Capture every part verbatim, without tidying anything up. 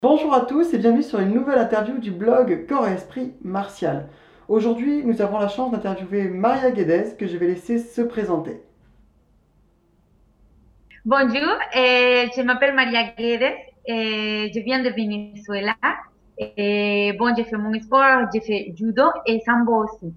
Bonjour à tous et bienvenue sur une nouvelle interview du blog Corps et Esprit Martial. Aujourd'hui, nous avons la chance d'interviewer Maria Guedes que je vais laisser se présenter. Bonjour, euh, je m'appelle Maria Guedes, euh, je viens de Venezuela. Et bon, j'ai fait mon sport, j'ai fait judo et sambo aussi.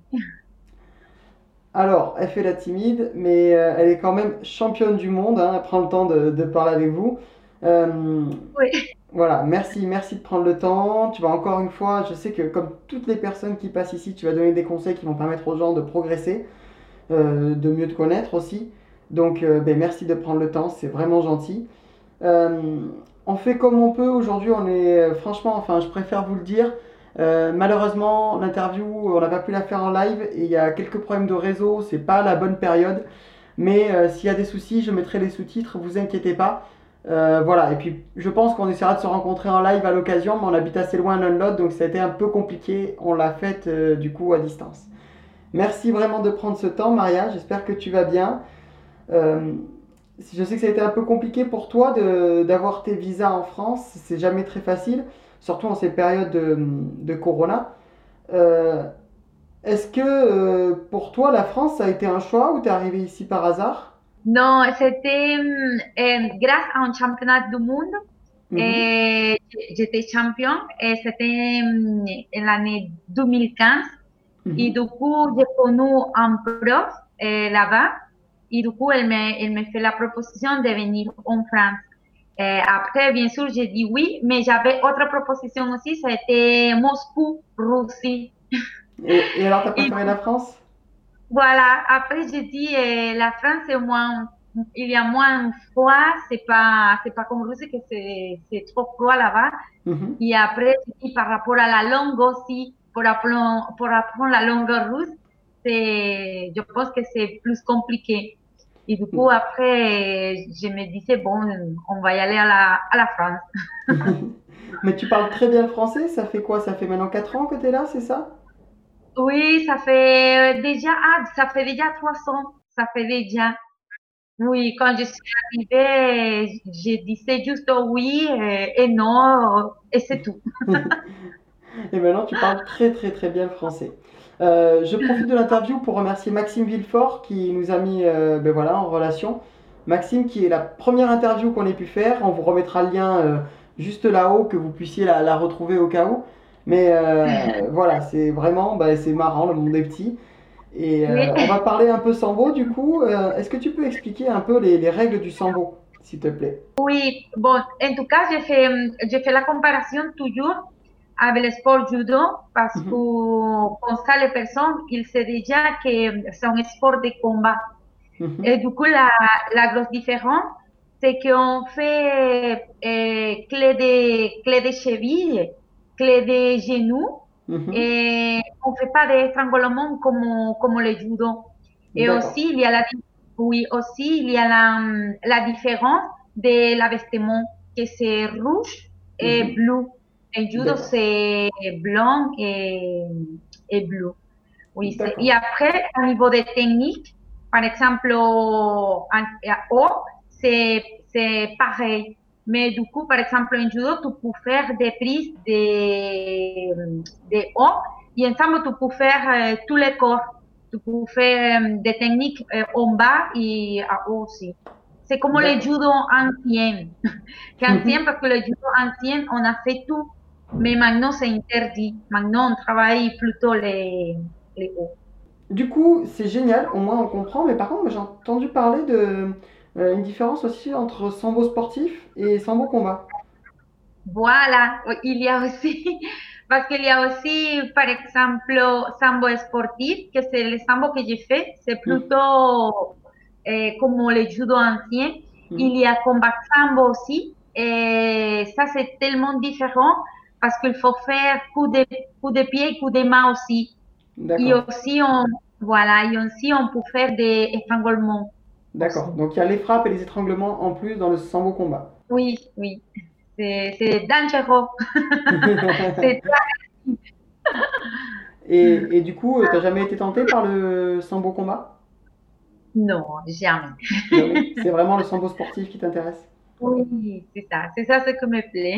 Alors, elle fait la timide, mais euh, elle est quand même championne du monde, hein, elle prend le temps de, de parler avec vous. Euh, Oui, voilà, merci, merci de prendre le temps. Tu vas encore une fois, je sais que comme toutes les personnes qui passent ici, tu vas donner des conseils qui vont permettre aux gens de progresser, euh, de mieux te connaître aussi. Donc, euh, ben, merci de prendre le temps, c'est vraiment gentil. Euh, on fait comme on peut. Aujourd'hui, on est euh, franchement, enfin, je préfère vous le dire. Euh, malheureusement, l'interview, on n'a pas pu la faire en live et il y a quelques problèmes de réseau. C'est pas la bonne période. Mais euh, s'il y a des soucis, je mettrai les sous-titres. Vous inquiétez pas. Euh, voilà. Et puis, je pense qu'on essaiera de se rencontrer en live à l'occasion, mais on habite assez loin l'un de l'autre, donc ça a été un peu compliqué. On l'a fait euh, du coup à distance. Merci vraiment de prendre ce temps, Maria. J'espère que tu vas bien. Euh, je sais que ça a été un peu compliqué pour toi de, d'avoir tes visas en France. C'est jamais très facile, surtout en ces périodes de, de Corona. Euh, est-ce que euh, pour toi, la France, ça a été un choix ou t'es arrivé ici par hasard? non, c'était hum, euh, grâce à un championnat du monde. Mhm, euh, J'étais champion et c'était hum, en l'année deux mille quinze. Et mhm. du coup, j'ai connu un prof euh, là-bas. Et du coup, elle me, elle me fait la proposition de venir en France. Euh, après, bien sûr, j'ai dit oui, mais j'avais autre proposition aussi, c'était Moscou, Russie. Et, et alors, t'as Et préféré la France? voilà, après, j'ai dit euh, la France, c'est moins, il y a moins froid, c'est pas, c'est pas comme Russie que c'est, c'est trop froid là-bas. Mhm. Et après, j'ai dit par rapport à la langue aussi, pour apprendre, pour apprendre la langue russe, c'est, je pense que c'est plus compliqué. Et du coup, après, je me disais, bon, on va y aller à la, à la France. Mais tu parles très bien le français, ça fait quoi? Ça fait maintenant quatre ans que t'es là, c'est ça? Oui, ça fait déjà, ah, ça fait déjà trois ans. Ça fait déjà. Oui, quand je suis arrivée, je disais juste oui euh, et non, et c'est tout. Et maintenant, tu parles très très très bien le français. Euh, je profite de l'interview pour remercier Maxime Villefort qui nous a mis euh, ben voilà, en relation. Maxime qui est la première interview qu'on ait pu faire. On vous remettra le lien euh, juste là-haut que vous puissiez la, la retrouver au cas où. Mais euh, voilà, c'est vraiment, ben, c'est marrant, le monde est petit. Et Oui, euh, on va parler un peu sambo du coup. Euh, est-ce que tu peux expliquer un peu les, les règles du sambo, s'il te plaît? oui. Bon, en tout cas, j'ai fait, j'ai fait la comparaison toujours avec le sport judo parce que Mhm, comme ça, les personnes, ils savent déjà que c'est un sport de combat. mhm, Et du coup, la, la grosse différence, c'est qu'on fait euh, clé de, clé de cheville, clé de genoux, mhm. et on ne fait pas d'étranglement comme, comme le judo. Et D'accord. aussi, il y a la, oui, aussi, il y a la, la différence de la vêtement, que c'est rouge et Mhm. bleu. Le judo, D'accord. c'est blanc et, et bleu. Oui, c'est- et D'accord. après, au niveau des techniques, par exemple, en, haut, c'est, c'est pareil. Mais du coup, par exemple, en judo, tu peux faire des prises de, de haut et ensemble, tu peux faire euh, tous les corps. Tu peux faire euh, des techniques euh, en bas et à haut aussi. C'est comme le D'accord. judo ancien. Ancien parce que le judo ancien, on a fait tout. Mais maintenant, c'est interdit. Maintenant, on travaille plutôt les, les hauts. Du coup, c'est génial, au moins on comprend, mais par contre, moi, j'ai entendu parler de euh, une différence aussi entre sambo sportif et sambo combat. Voilà, il y a aussi, parce qu'il y a aussi, par exemple, sambo sportif, que c'est le sambo que j'ai fait, c'est Mhm, plutôt euh, comme le judo ancien. mhm. Il y a combat sambo aussi, et ça c'est tellement différent parce qu'il faut faire coup de, coup de pied et coup de main aussi. Et D'accord, aussi, on, voilà, et aussi on peut faire des étranglements aussi. d'accord. Donc il y a les frappes et les étranglements en plus dans le sambo combat. Oui, oui, c'est c'est dangereux. C'est Et, et du coup, euh, t'as jamais été tenté par le sambo combat? non, jamais. Jamais. C'est vraiment le sambo sportif qui t'intéresse? Oui, c'est ça, c'est ça ce qui me plaît.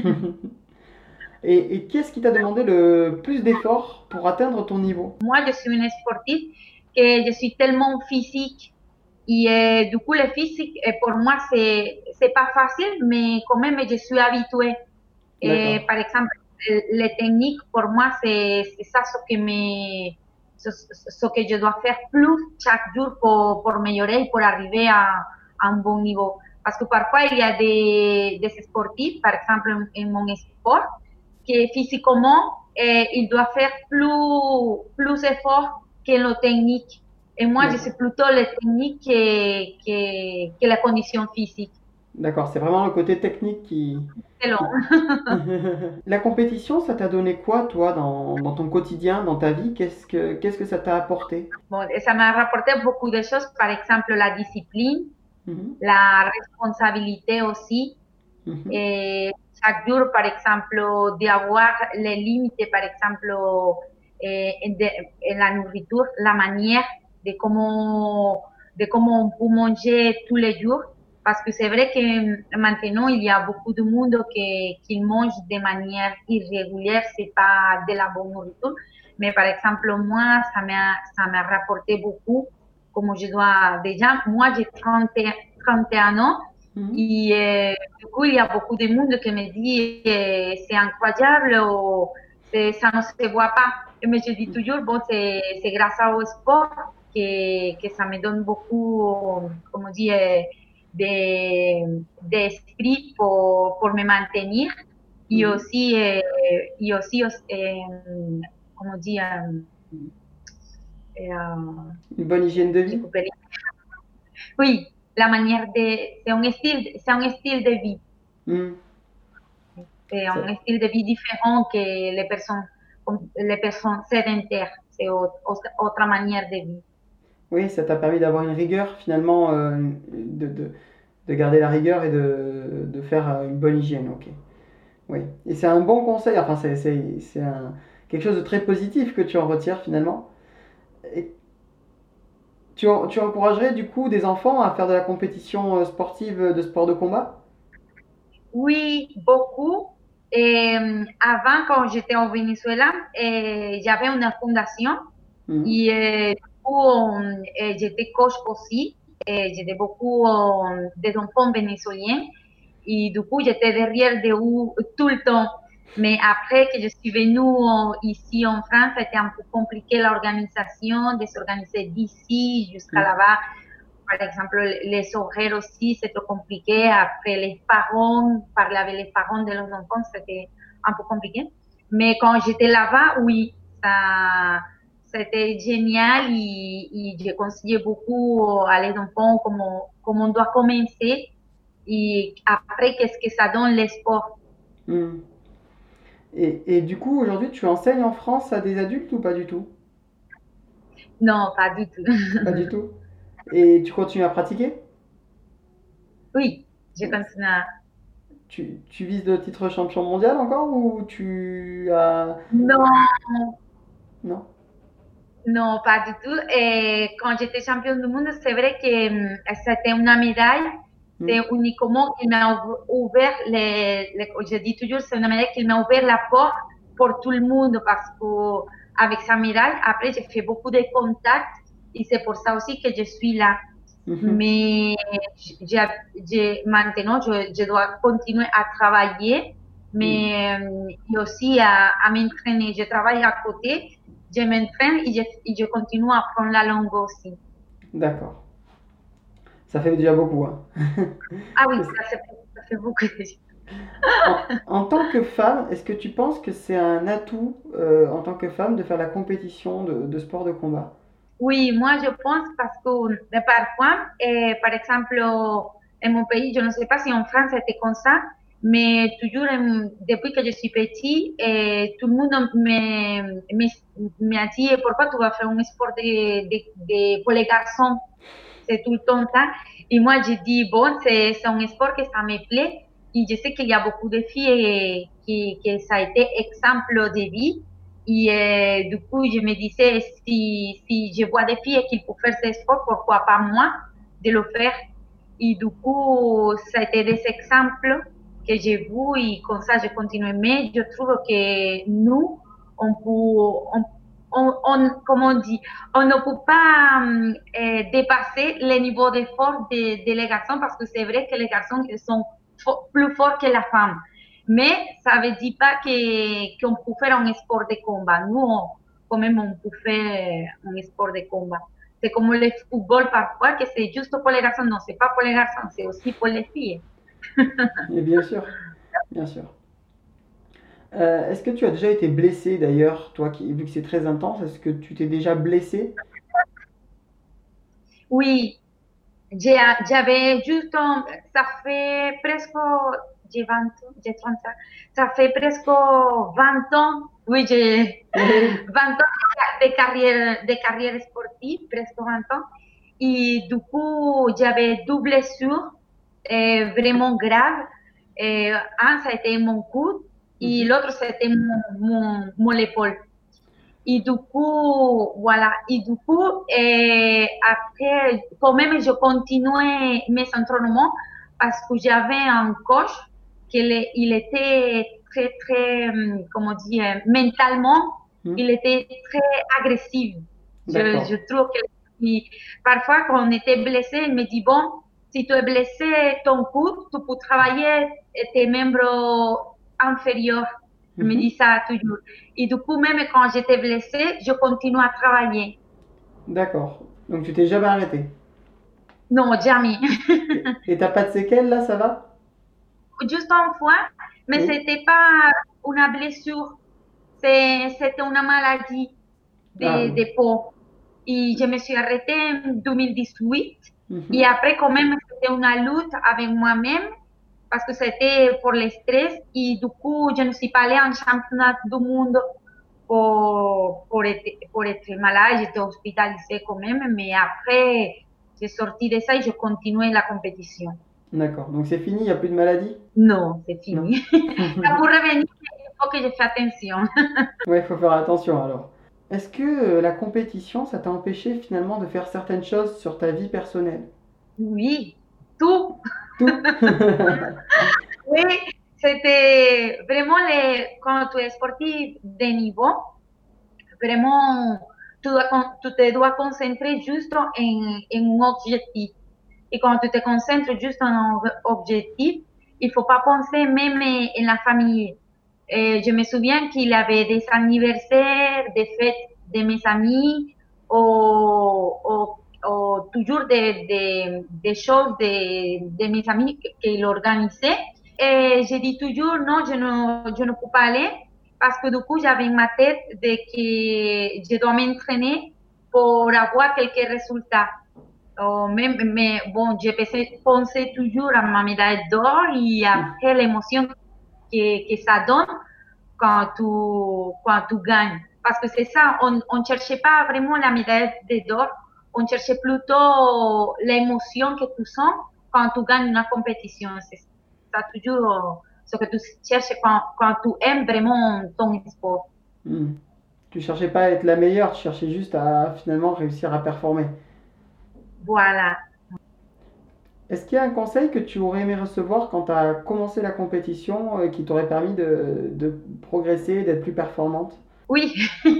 Et, et qu'est-ce qui t'a demandé le plus d'efforts pour atteindre ton niveau? Moi, je suis une sportive que je suis tellement physique et euh, du coup, le physique, euh, pour moi, c'est c'est pas facile, mais quand même, je suis habituée. Et D'accord. par exemple, euh, les techniques, pour moi, c'est c'est ça ce que me ce, ce que je dois faire plus chaque jour pour, pour améliorer, pour arriver à, à un bon niveau. Parce que parfois, il y a des, des sportifs, par exemple, en, en mon sport, que physiquement, eh, il doit faire plus, plus d'efforts que le technique. Et moi, je D'accord. sais plutôt les techniques que, que, que la condition physique. D'accord, c'est vraiment le côté technique qui, C'est long. qui... La compétition, ça t'a donné quoi, toi, dans, dans ton quotidien, dans ta vie? Qu'est-ce que, qu'est-ce que ça t'a apporté? Bon, ça m'a rapporté beaucoup de choses, par exemple la discipline, Mhm, la responsabilité aussi. mhm, Et chaque jour, par exemple, d'avoir les limites, par exemple, eh, de, en la nourriture, la manière de comment, de comment on peut manger tous les jours. Parce que c'est vrai que maintenant, il y a beaucoup de monde qui, qui mange de manière irrégulière, c'est pas de la bonne nourriture. Mais par exemple, moi, ça m'a, ça m'a rapporté beaucoup. Comme je dois, déjà, moi, j'ai trente, trente et un ans. mhm. Et euh, du coup, il y a beaucoup de monde qui me dit euh, c'est incroyable ou ça ne se voit pas. Et mais je dis toujours, bon, c'est grâce au sport que, que ça me donne beaucoup, comment dire, d'esprit de, pour, pour me maintenir et Mhm. aussi, euh, et aussi euh, comment dire, euh, Une bonne hygiène de vie? oui, la manière de, c'est un style, c'est un style de vie. Mhm. C'est Ça- un style de vie différent que les personnes, les personnes sédentaires. C'est autre, autre manière de vie. oui, ça t'a permis d'avoir une rigueur, finalement, euh, de, de, de garder la rigueur et de, de faire euh, une bonne hygiène, ok. Oui. Et c'est un bon conseil, enfin, c'est, c'est, c'est un, quelque chose de très positif que tu en retires, finalement. Et tu, en- tu encouragerais, du coup, des enfants à faire de la compétition euh, sportive euh, de sport de combat? Oui, beaucoup. Et, avant, quand j'étais au Venezuela, eh, j'avais une fondation Mhm. et eh, du coup, on- eh, j'étais coach aussi. Et j'étais beaucoup euh, des enfants vénézuéliens. Et du coup, j'étais derrière de eux tout le temps. Mais après que je suis venue euh, ici en France, c'était un peu compliqué l'organisation, de s'organiser d'ici jusqu'à Mhm. là-bas. Par exemple, les horaires aussi, c'est trop compliqué. Après, les parents, parler avec les parents de leurs enfants, c'était un peu compliqué. Mais quand j'étais là-bas, oui, ça, c'était génial et, et j'ai conseillé beaucoup à les enfants comment, comment on doit commencer et après, qu'est-ce que ça donne les sports. Mhm. Et, et du coup, aujourd'hui, tu enseignes en France à des adultes ou pas du tout? Non, pas du tout. Pas du tout. Et tu continues à pratiquer? Oui, je continue à... Tu, tu vises le titre champion mondial encore ou tu as... Non, Non? non, pas du tout. Et quand j'étais championne du monde, c'est vrai que hum, c'était une médaille. C'est Hmm. uniquement qu'il m'a ouvert, les, les- je dis toujours, c'est une médaille qui m'a ouvert la porte pour tout le monde parce que avec sa médaille, après, j'ai fait beaucoup de contacts et c'est pour ça aussi que je suis là. Mhm. Mais j'ai, j'ai- maintenant, je, je dois continuer à travailler, Hmm. mais euh, aussi à, à m'entraîner. Je travaille à côté, je m'entraîne et je, et je continue à apprendre la langue aussi. D'accord. Ça fait déjà beaucoup, hein. Ah oui, Et ça, c'est- ça fait beaucoup de... En, en tant que femme, est-ce que tu penses que c'est un atout euh, en tant que femme de faire la compétition de, de sport de combat? Oui, moi je pense parce que de parfois, eh, par exemple, en mon pays, je ne sais pas si en France c'était comme ça, mais toujours en- depuis que je suis petit, eh, tout le monde me, me, me dit pourquoi tu vas faire un sport de, de, de- pour les garçons, c'est tout le temps ça. Et moi je dis, bon, c'est c'est un sport que ça me plaît. Et je sais qu'il y a beaucoup de filles qui, que ça a été exemple de vie. Et euh, du coup, je me disais, si, si je vois des filles qui peuvent faire ce sport, pourquoi pas moi de le faire? Et du coup, ça a été des exemples que j'ai vus et comme ça, je continue. Mais je trouve que nous, on peut, on, on, on comment on dit, on ne peut pas euh, dépasser les niveaux d'effort de, de les garçons parce que c'est vrai que les garçons ils sont fo- plus forts que la femme. Mais ça ne veut dire pas que, qu'on peut faire un sport de combat. Nous, on, quand même, on peut faire un sport de combat. C'est comme le football parfois, que c'est juste pour les garçons. Non, c'est pas pour les garçons, c'est aussi pour les filles. Et bien sûr, bien sûr. Euh, est-ce que tu as déjà été blessé d'ailleurs, toi qui, vu que c'est très intense, est-ce que tu t'es déjà blessé? Oui, j'ai- j'avais juste, un- ça fait presque, j'ai vingt ans, j'ai trente ans, ça fait presque vingt ans, oui, j'ai Oui. vingt ans de carrière, de carrière sportive, presque vingt ans. Et du coup, j'avais deux blessures euh, vraiment graves. Euh, un, ça a été mon coude et Mhm. l'autre, c'était mon, mon, mon épaule. Et du coup, voilà. Et du coup, euh, après, quand même, je continuais mes entraînements parce que j'avais un coach qui il il était très, très, hum, comment dire, mentalement, Mhm. il était très agressif. Je, D'accord. je trouve que il- parfois, quand on était blessé, il me dit, bon, si tu es blessé ton coude, tu peux travailler tes membres inférieurs. Il me dit Mhm. ça toujours. Et du coup, même quand j'étais blessée, je continue à travailler. D'accord. Donc tu t'es jamais arrêté. Non, jamais. Et et t'as pas de séquelles là, ça va? Juste une fois, mais Oui. c'était pas une blessure, c'est- c'était une maladie Ah de, oui. de peau. Et je me suis arrêtée en deux mille dix-huit. Et Mhm. après, quand même, c'était une lutte avec moi-même parce que c'était pour le stress. Et du coup, je ne suis pas allée en championnat du monde pour, pour, être, pour être malade. J'étais hospitalisée quand même. Mais après, j'ai sorti de ça et je continuais la compétition. D'accord. Donc c'est fini, il n'y a plus de maladie? Non, c'est Non. fini. Ça pour revenir, il faut que je fasse attention. Ouais, il faut faire attention alors. Est-ce que euh, la compétition, ça t'a empêché finalement de faire certaines choses sur ta vie personnelle? Oui, tout. Tout? Oui, c'était vraiment les, quand tu es sportif de niveau, vraiment, tu, dois, tu te dois concentrer juste en, en un objectif. Et quand tu te concentres juste en un objectif, il ne faut pas penser même en la famille. Et je me souviens qu'il y avait des anniversaires, des fêtes de mes amis, ou, ou, ou toujours des, des, des choses de, de mes amis qu'ils organisaient. Et j'ai dit toujours non, je ne, je ne peux pas aller parce que du coup, j'avais en ma tête de que je dois m'entraîner pour avoir quelques résultats. Oh, mais, mais bon, je pensais, pensais toujours à ma médaille d'or et après l'émotion que, que ça donne quand tu, quand tu gagnes. Parce que c'est ça, on ne cherchait pas vraiment la médaille d'or, on cherchait plutôt l'émotion que tu sens quand tu gagnes une compétition. C'est ça toujours ce que tu cherches quand, quand tu aimes vraiment ton sport. Hmm. Tu cherchais pas à être la meilleure, tu cherchais juste à finalement réussir à performer. Voilà. Est-ce qu'il y a un conseil que tu aurais aimé recevoir quand tu as commencé la compétition euh, qui t'aurait permis de, de progresser, d'être plus performante? Oui,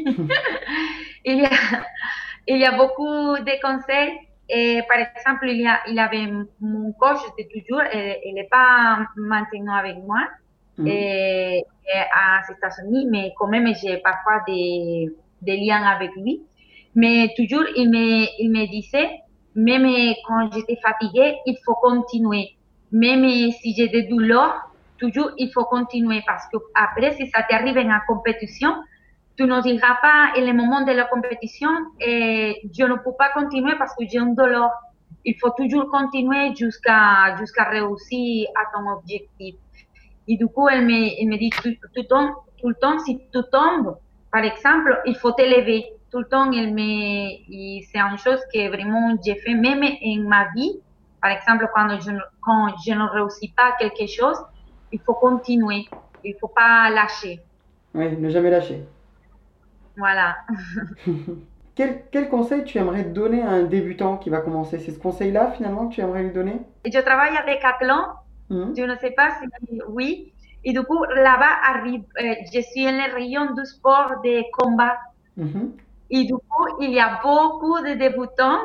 il y a, il y a beaucoup de conseils. Et par exemple, il y, a, il y avait mon coach de toujours, il n'est pas maintenant avec moi Mhm. et, et aux États-Unis, mais quand même, j'ai parfois des, des liens avec lui. Mais toujours, il me, il me disait, même quand j'étais fatiguée, il faut continuer. Même si j'ai des douleurs, toujours, il faut continuer parce que après, si ça t'arrive en compétition, tu ne diras pas en le moment de la compétition, eh, je ne peux pas continuer parce que j'ai un douleur. Il faut toujours continuer jusqu'à jusqu'à réussir à ton objectif. Et du coup, elle me, elle me dit tout, tout, temps, tout le temps, si tu tombes, par exemple, il faut t'élever. Tout le temps, elle me, c'est une chose que vraiment j'ai fait même en ma vie. Par exemple, quand je, quand je ne réussis pas quelque chose, il faut continuer. Il ne faut pas lâcher. Oui, ne jamais lâcher. Voilà. Quel, quel conseil tu aimerais donner à un débutant qui va commencer? C'est ce conseil-là finalement que tu aimerais lui donner? Je travaille à Decathlon, Mhm, je ne sais pas si oui, et du coup là-bas arrive, euh, je suis en le rayon du sport de combat, mhm. et du coup il y a beaucoup de débutants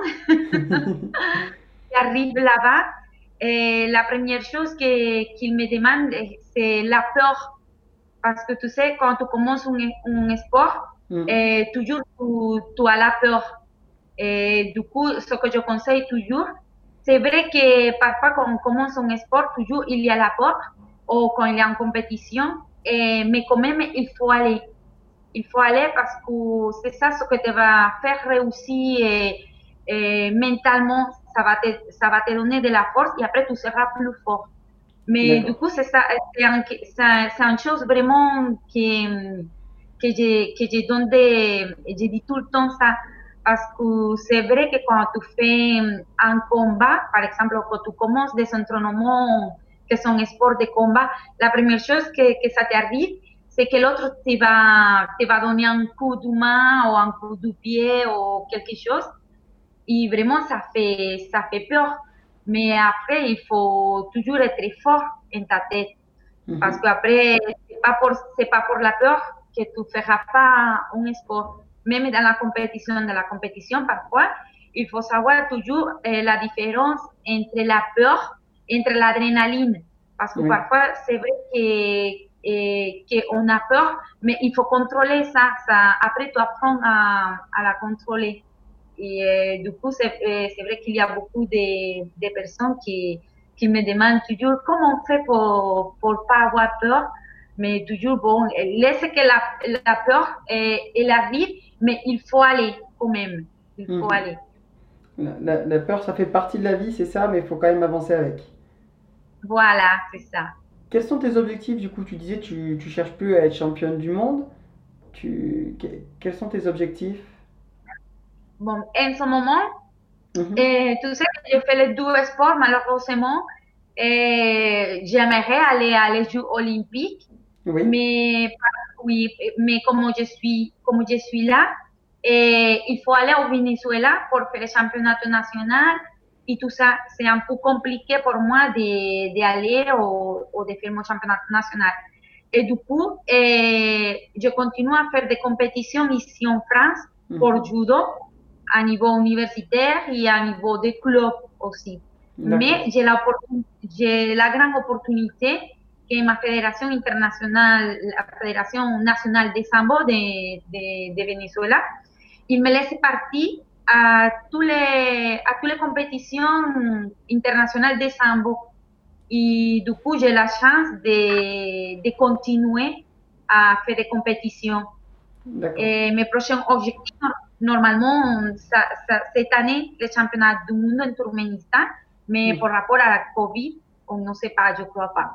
qui arrivent là-bas. Et la première chose que- qu'ils me demandent, c'est la peur. Parce que tu sais, quand tu commences un, un sport, Mhm. euh, toujours tu, tu as la peur. Et du coup, ce que je conseille toujours, c'est vrai que parfois quand on commence un sport, toujours il y a la peur, ou quand il y a une compétition, et, mais quand même, il faut aller. Il faut aller parce que c'est ça ce que te va faire réussir et, et mentalement, ça va, te, ça va te donner de la force et après tu seras plus fort. Mais du D'accord. coup, c'est ça, c'est un, c'est c'est une chose vraiment que, que je, que je donne des, je dis tout le temps ça. Parce que c'est vrai que quand tu fais un combat, par exemple, quand tu commences des entraînements qui sont sport de combat, la première chose que, que ça t'arrive, c'est que l'autre te va, te va donner un coup de main ou un coup de pied ou quelque chose. Et vraiment, ça fait, ça fait peur. Mais après, il faut toujours être fort en ta tête. Parce Mhm. qu'après, c'est pas pour, c'est pas pour la peur que tu feras pas un sport. Même dans la compétition, dans la compétition, parfois, il faut savoir toujours eh, la différence entre la peur et entre l'adrénaline. Parce que Oui. parfois, c'est vrai que, eh, qu'on a peur, mais il faut contrôler ça. ça après, tu apprends à, à la contrôler. Et euh, du coup, c'est euh, c'est vrai qu'il y a beaucoup de, de personnes qui, qui me demandent toujours comment on fait pour pour pas avoir peur. Mais toujours, bon, laisse que la, la peur, euh, elle arrive, mais il faut aller quand même. Il faut Mhm. aller. La, la- la peur, ça fait partie de la vie, c'est ça, mais il faut quand même avancer avec. Voilà, c'est ça. Quels sont tes objectifs du coup? Tu disais tu, tu cherches plus à être championne du monde. Tu, que- quels sont tes objectifs? Bon, en ce moment, Mhm. euh, tu sais que je fais les deux sports, malheureusement. Et j'aimerais aller à les Jeux olympiques, Oui. mais oui, mais comme je suis, comme je suis là, et il faut aller au Venezuela pour faire le championnat national et tout ça. C'est un peu compliqué pour moi d'aller au, au de faire mon championnat national. Et du coup, eh, je continue à faire des compétitions ici en France pour Mhm. judo à niveau universitaire et à niveau de club aussi. D'accord. Mais j'ai la, j'ai la grande opportunité que ma fédération internationale, la fédération nationale de sambo de, de, de Venezuela, il me laisse partir à, tous les, à toutes les compétitions internationales de sambo. Et du coup, j'ai la chance de, de continuer à faire des compétitions. D'accord. Et mes prochains objectifs, normalement, ça, ça, cette année, le championnat du monde en Turkménistan, mais Mhm. par rapport à la Covid, on ne sait pas, je crois pas.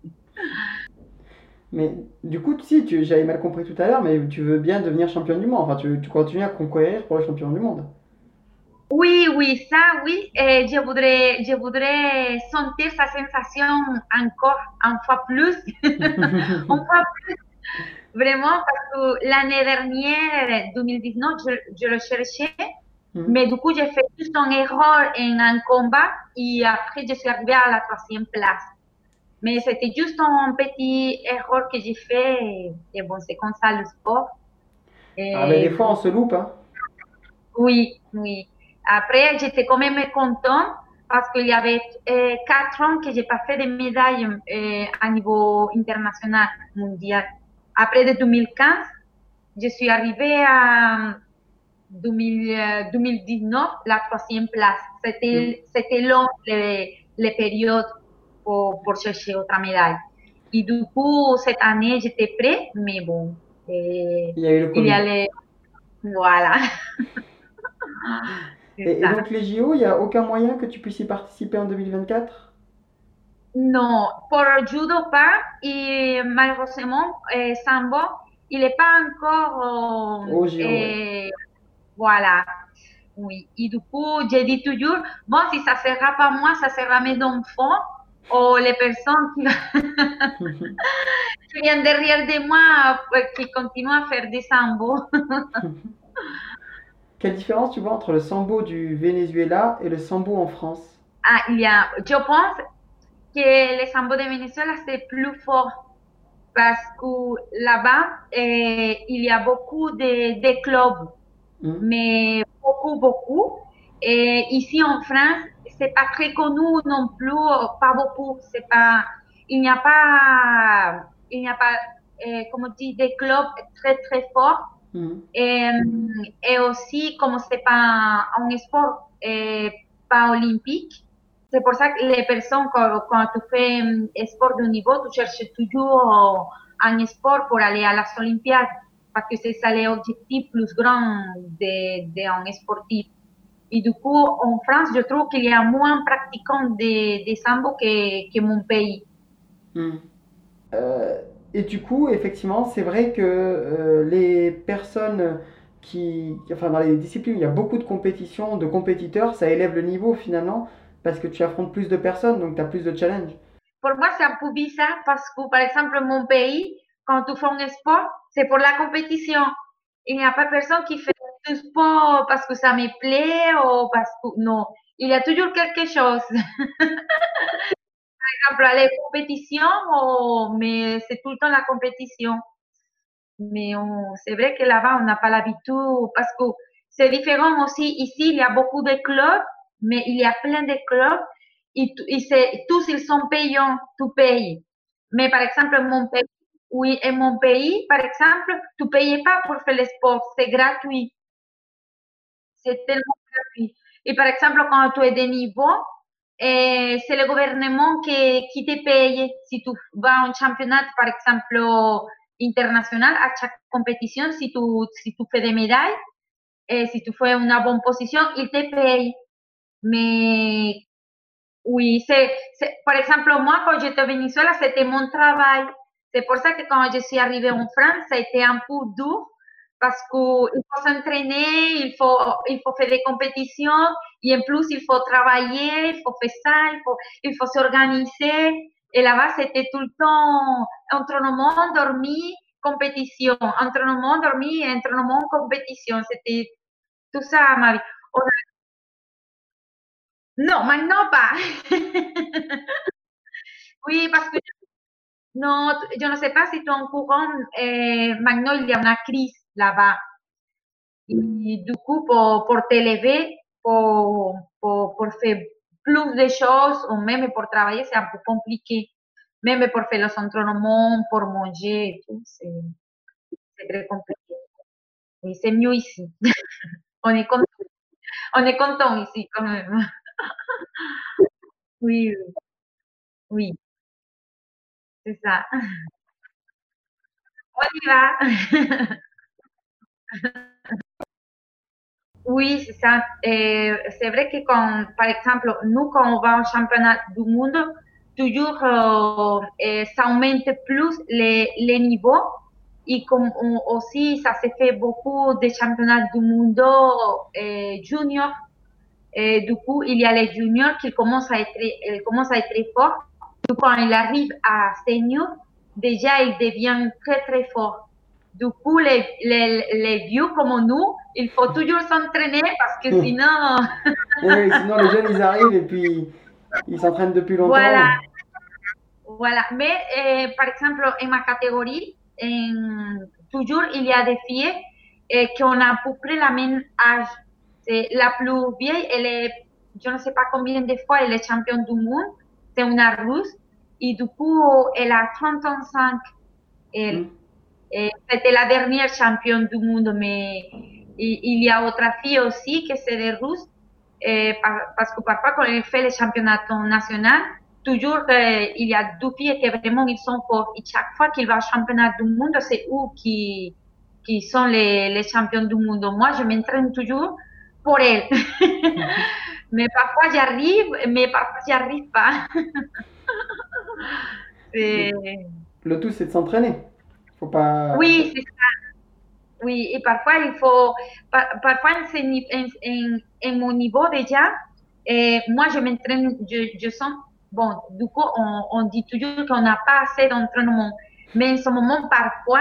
Mais du coup, si, tu, j'avais mal compris tout à l'heure, mais tu veux bien devenir championne du monde. Enfin, tu, tu continues à concourir pour le champion du monde. Oui, oui, ça, oui, eh, je voudrais, je voudrais sentir sa sensation encore une fois plus, une fois plus, vraiment, parce que l'année dernière, deux mille dix-neuf, je, je le cherchais, Mhm. mais du coup, j'ai fait juste une erreur en un combat et après, je suis arrivée à la troisième place. Mais c'était juste un petit erreur que j'ai fait et, et bon, c'est comme ça le sport. Ah ben des Et fois on se loupe, hein. oui, oui. Après, j'étais quand même contente parce qu'il y avait euh, quatre ans que j'ai pas fait de médaille euh, à niveau international, mondial. Après de deux mille quinze, je suis arrivée à deux mille, euh, deux mille dix-neuf, la troisième place. Mhm. C'était, c'était long les, les périodes pour, pour chercher autre médaille. Et du coup, cette année, j'étais prête, mais bon, et, Il y a eu le il y a Covid. les, voilà, c'est Et, et ça. donc les J O, il n'y a aucun moyen que tu puisses y participer en deux mille vingt-quatre? Non, pour judo pas, et malheureusement, eh, Sambo, il n'est pas encore, euh, Aux J O, ouais. eh, voilà, oui. Et du coup, j'ai dit toujours, bon, si ça sera pas moi, ça sera mes enfants ou les personnes qui, qui viennent derrière de moi, euh, qui continuent à faire des Sambo. Quelle différence tu vois entre le sambo du Venezuela et le sambo en France? Ah, il y a, je pense que le sambo de Venezuela, c'est plus fort parce que là-bas, eh, il y a beaucoup de, de clubs, Hmm. mais beaucoup, beaucoup. Et ici en France, c'est pas très connu non plus, pas beaucoup. C'est pas, il n'y a pas, il n'y a pas, eh, comme on dit, des clubs très, très forts. Hmm. Et, et aussi, comme c'est pas un sport eh, pas olympique, c'est pour ça que les personnes, quand, quand tu fais un sport de niveau, tu cherches toujours un sport pour aller à las Olympiades, parce que c'est ça l'objectif plus grand d'un sportif. Et du coup, en France, je trouve qu'il y a moins de pratiquants de, de sambo que, que mon pays. Hmm. Euh, et du coup, effectivement, c'est vrai que euh, les personnes qui, enfin, dans les disciplines où il y a beaucoup de compétitions, de compétiteurs, ça élève le niveau finalement, parce que tu affrontes plus de personnes, donc tu as plus de challenge. Pour moi, c'est un peu bizarre parce que, par exemple, mon pays, quand tu fais un sport, c'est pour la compétition. Il n'y a pas personne qui fait du sport parce que ça me plaît ou parce que non. Il y a toujours quelque chose. Par exemple, les compétitions, oh, mais c'est tout le temps la compétition. Mais on- c'est vrai que là-bas, on n'a pas l'habitude parce que c'est différent aussi. Ici, il y a beaucoup de clubs, mais il y a plein de clubs et, tu- et c'est- tous ils sont payants, tu payes. Mais par exemple, mon pays, oui, en mon pays, par exemple, tu payes pas pour faire le sport, c'est gratuit. C'est tellement gratuit. Et par exemple, quand tu es de niveau, eh, c'est le gouvernement qui, qui te paye. Si tu vas à un championnat, par exemple, international, à chaque compétition, si tu, si tu fais des médailles, et si tu fais une bonne position, il te paye. Mais oui, c'est, c'est, par exemple, moi, quand j'étais au Venezuela, c'était mon travail. C'est pour ça que quand je suis arrivée en France, ça a été un peu dur parce qu'il faut s'entraîner, il faut, il faut faire des compétitions et en plus, il faut travailler, il faut faire ça, il faut, il faut s'organiser. Et là-bas, c'était tout le temps entraînement, dormir, compétition, entraînement, dormir, entraînement, compétition. C'était tout ça ma vie. On a- Non, maintenant pas. Oui, parce que non, je ne sais pas si tu es au courant, eh, maintenant il y a une crise là-bas. Et du coup, pour, pour t'élever, pour, pour, pour faire plus de choses, ou même pour travailler, c'est un peu compliqué. Même pour faire les entraînements, pour manger et tout, c'est c'est très compliqué. Oui, c'est mieux ici. On est content, on est content ici quand même. Oui, oui, c'est ça. On y va. Oui, c'est ça. Et c'est vrai que quand, par exemple, nous, quand on va au championnat du monde, toujours euh, eh, ça augmente plus les, les niveaux. Et comme on- aussi, ça se fait beaucoup de championnats du monde eh, junior. Et du coup, il y a les juniors qui commencent à être, ils commencent à être très forts. Du coup, quand il arrive à senior, déjà, il devient très, très fort. Du coup, les, les, les vieux comme nous, il faut toujours s'entraîner parce que sinon, Et oui, sinon les jeunes ils arrivent et puis ils s'entraînent depuis voilà, longtemps. voilà. Mais eh, par exemple, en ma catégorie, en, toujours il y a des filles eh, qui ont à peu près la même âge. C'est la plus vieille, elle est, je ne sais pas combien de fois, elle est championne du monde. C'est une russe. Et du coup, elle a trente-cinq. Elle, Hmm. et c'était la dernière championne du monde, mais il, il y a autre fille aussi que c'est des Russes, eh, par- parce que parfois quand elle fait les championnats nationaux, toujours euh, il y a deux filles qui vraiment ils sont forts. Et chaque fois qu'il va au championnat du monde, c'est eux qui, qui sont les, les champions du monde. Moi, je m'entraîne toujours pour elles. Mais parfois j'arrive, mais parfois j'arrive pas. Le, C'est- le tout c'est de s'entraîner. Faut pas. Oui, c'est Oui, et parfois il faut, par- parfois en, ce ni- en, en- en mon niveau déjà, eh, moi je m'entraîne, je, je sens, bon, du coup on, on dit toujours qu'on n'a pas assez d'entraînement, mais en ce moment parfois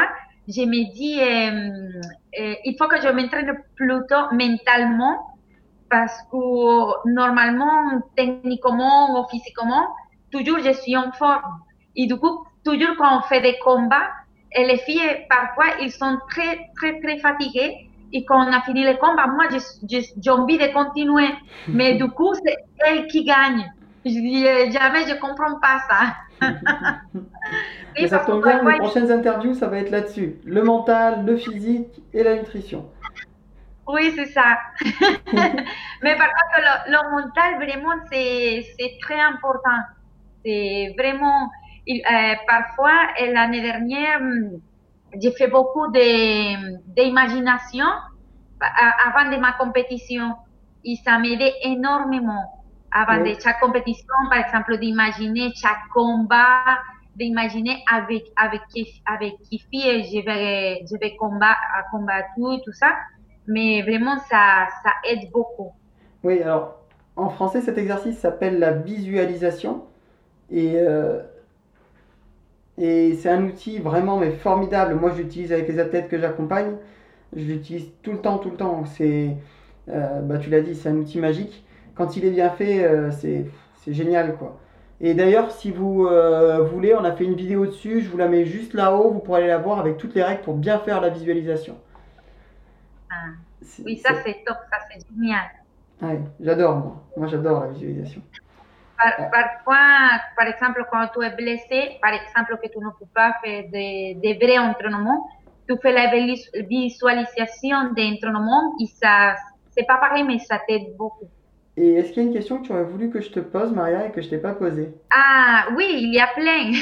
je me dis, euh, euh, il faut que je m'entraîne plutôt mentalement parce que normalement, techniquement ou physiquement, toujours je suis en forme. Et du coup, toujours quand on fait des combats, et les filles, parfois, ils sont très, très, très fatiguées. Et quand on a fini les combats, moi, j'ai envie de continuer. Mais du coup, c'est elle qui gagne. Je dis, euh, jamais je comprends pas ça. Mais Oui, ça parce que tombe bien, les parfois, prochaines interviews, ça va être là-dessus. Le mental, le physique et la nutrition. oui, c'est ça. Mais par contre, le, le mental, vraiment, c'est, c'est très important. C'est vraiment, il, euh, parfois, euh, l'année dernière, hum, j'ai fait beaucoup de, d'imagination a- avant de ma compétition et ça m'aidait énormément avant de Oui. chaque compétition, par exemple, d'imaginer chaque combat, d'imaginer avec, avec, qui- avec qui fille je vais, je vais combattre, combattre et tout ça. Mais vraiment, ça, ça aide beaucoup. Oui, alors en français, cet exercice s'appelle la visualisation et, euh, et c'est un outil vraiment mais formidable. Moi, je l'utilise avec les athlètes que j'accompagne. Je l'utilise tout le temps, tout le temps. C'est, euh, bah, tu l'as dit, c'est un outil magique. Quand il est bien fait, euh, c'est, c'est génial, quoi. Et d'ailleurs, si vous euh, voulez, on a fait une vidéo dessus. Je vous la mets juste là-haut. Vous pourrez aller la voir avec toutes les règles pour bien faire la visualisation. Ah, C'est, oui, ça c'est- c'est top, ça c'est génial. ouais, j'adore, moi. Moi, j'adore la visualisation. Par- Ah, parfois, par exemple, quand tu es blessé, par exemple, que tu ne peux pas faire des de vrais entraînements, tu fais la vis- visualisation d'entraînement et ça, c'est pas pareil, mais ça t'aide beaucoup. et est-ce qu'il y a une question que tu aurais voulu que je te pose, Maria, et que je t'ai pas posée? Ah oui, il y a plein.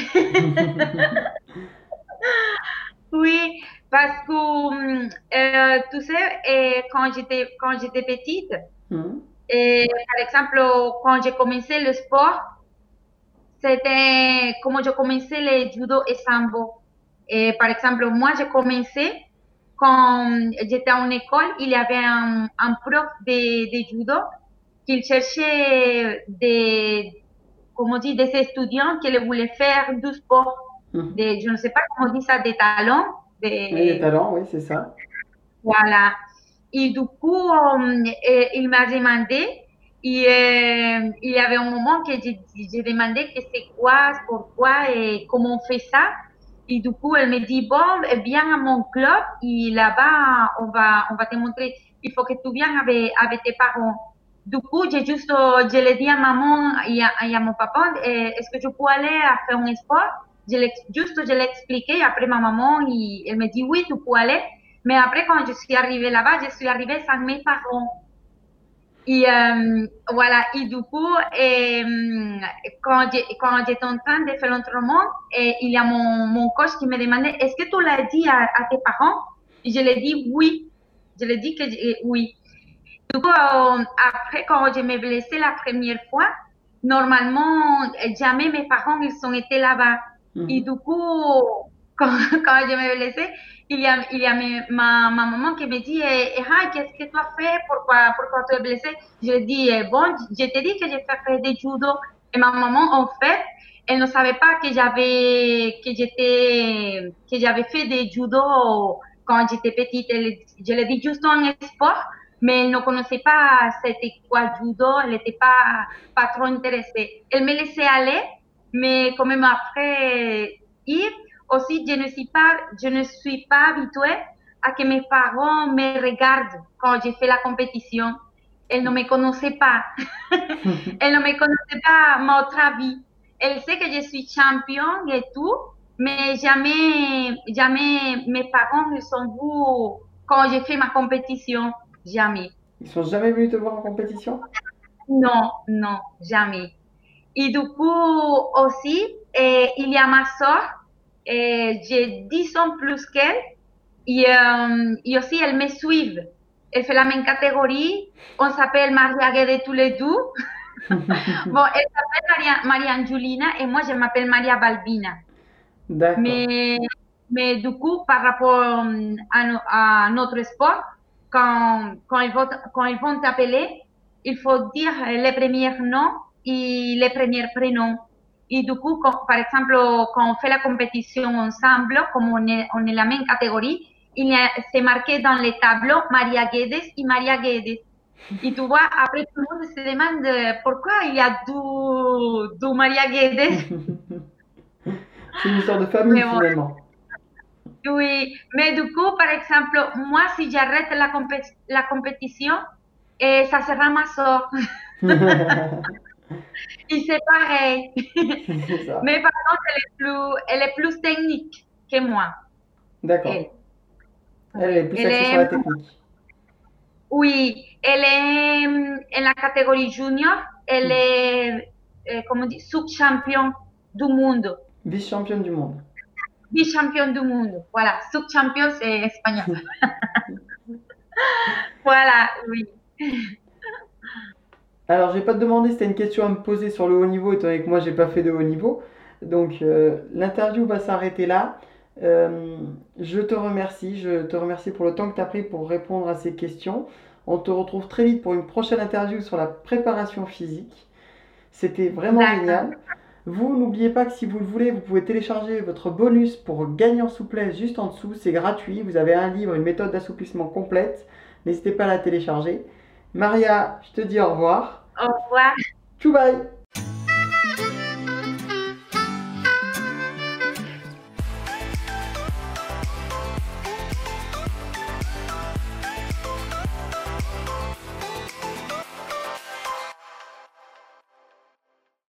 Oui, parce que, hum, euh, tu sais, euh, quand j'étais, quand j'étais petite, Hmm. et, par exemple, quand j'ai commencé le sport, c'était como yo comencé le judo et sambo. Et par exemple, moi, j'ai commencé quand j'étais en école, il y avait un, un prof de, de judo qui cherchait des, comment on dit, des étudiants qui voulaient faire du sport, Mhm. des, je ne sais pas comment on dit ça, des talents, Oui, des des, talents, oui, c'est ça. voilà. Et du coup, euh, et il m'a demandé, et euh, il y avait un moment que j'ai j'ai demandé que c'est quoi, pourquoi et comment on fait ça. Et du coup, elle me dit, bon, viens à mon club et là-bas, on va, on va te montrer. Il faut que tu viennes avec, avec tes parents. Du coup, j'ai juste, je l'ai dit à maman et à, et à mon papa, eh, est-ce que je peux aller à faire un sport? Je l'ai- juste, je l'ai expliqué. Après, ma maman, il- elle me dit, oui, tu peux aller. Mais après, quand je suis arrivée là-bas, je suis arrivée sans mes parents. Et euh, voilà, et du coup, et, euh, quand j'ai- quand j'étais en train de faire l'entraînement, et il y a mon, mon coach qui me demandait, est-ce que tu l'as dit à, à tes parents? Et je lui ai dit oui. Je lui ai dit que j- oui. Du coup, euh, après, quand je me blessée la première fois, normalement, jamais mes parents, ils ont été là-bas. Et Mhm. du coup, quand, quand je me blessée, il y a, il y a mes- ma, ma maman qui me dit, eh, eh, ah, qu'est-ce que tu as fait? Pourquoi, pourquoi tu es blessée? Je dis, eh, bon, je t'ai dit que j'ai fait faire des judo. Et ma maman, en fait, elle ne savait pas que j'avais, que j'étais, que j'avais fait des judo quand j'étais petite. Elle- je l'ai dit juste un sport, mais elle ne connaissait pas c'était quoi judo, elle n'était pas, pas trop intéressée. Elle me laissait aller, mais quand même après ir, aussi je ne suis pas, je ne suis pas habituée à que mes parents me regardent quand je fais la compétition. Elle ne me connaissait pas. Elle ne me connaissait pas mon avis. Elle sait que je suis championne et tout, mais jamais, jamais mes parents ne sont venus quand j'ai fait ma compétition. Jamais. Ils sont jamais venus te voir en compétition? Non, non, jamais. Et du coup, aussi, eh, il y a ma soeur, eh, j'ai dix ans plus qu'elle, et, euh, et aussi elle me suit. Elle fait la même catégorie, on s'appelle Maria Guede tous les deux. Bon, elle s'appelle Maria, Maria Angelina et moi je m'appelle Maria Balbina. D'accord. Mais, mais du coup, par rapport euh, à, no- à notre sport, quand, quand, ils vont, quand ils vont t'appeler, il faut dire les premiers noms et les premiers prénoms. Et du coup, quand, par exemple, quand on fait la compétition ensemble, comme on est, on est la même catégorie, il y a, c'est marqué dans les tableaux Maria Guedes et Maria Guedes. Et tu vois, après tout le monde se demande euh, pourquoi il y a deux, deux Maria Guedes. C'est une histoire de famille Mais bon, finalement. oui. Mais du coup, par exemple, moi, si j'arrête la, compé la compétition, eh, ça sera ma soeur. Et c'est pareil. C'est ça. Mais par contre, elle est plus, elle est plus technique que moi. D'accord. Elle. Elle, elle est Oui. plus Elle axée sur est, la technique. oui, elle est mm, en la catégorie junior. Elle Hmm. est, eh, comment on dit, sub-champion du monde. Vice-championne du monde. Vice-champion du monde. Voilà, sub-champion, c'est espagnol. Voilà, oui. Alors, je vais pas te demander si tu as une question à me poser sur le haut niveau, étant donné que moi, j'ai pas fait de haut niveau. Donc, euh, l'interview va s'arrêter là. Euh, je te remercie. Je te remercie pour le temps que tu as pris pour répondre à ces questions. On te retrouve très vite pour une prochaine interview sur la préparation physique. C'était vraiment D'accord. génial. Vous, n'oubliez pas que si vous le voulez, vous pouvez télécharger votre bonus pour gagner en souplesse juste en dessous. C'est gratuit. Vous avez un livre, une méthode d'assouplissement complète. N'hésitez pas à la télécharger. Maria, je te dis au revoir. Au revoir. Tchou bye!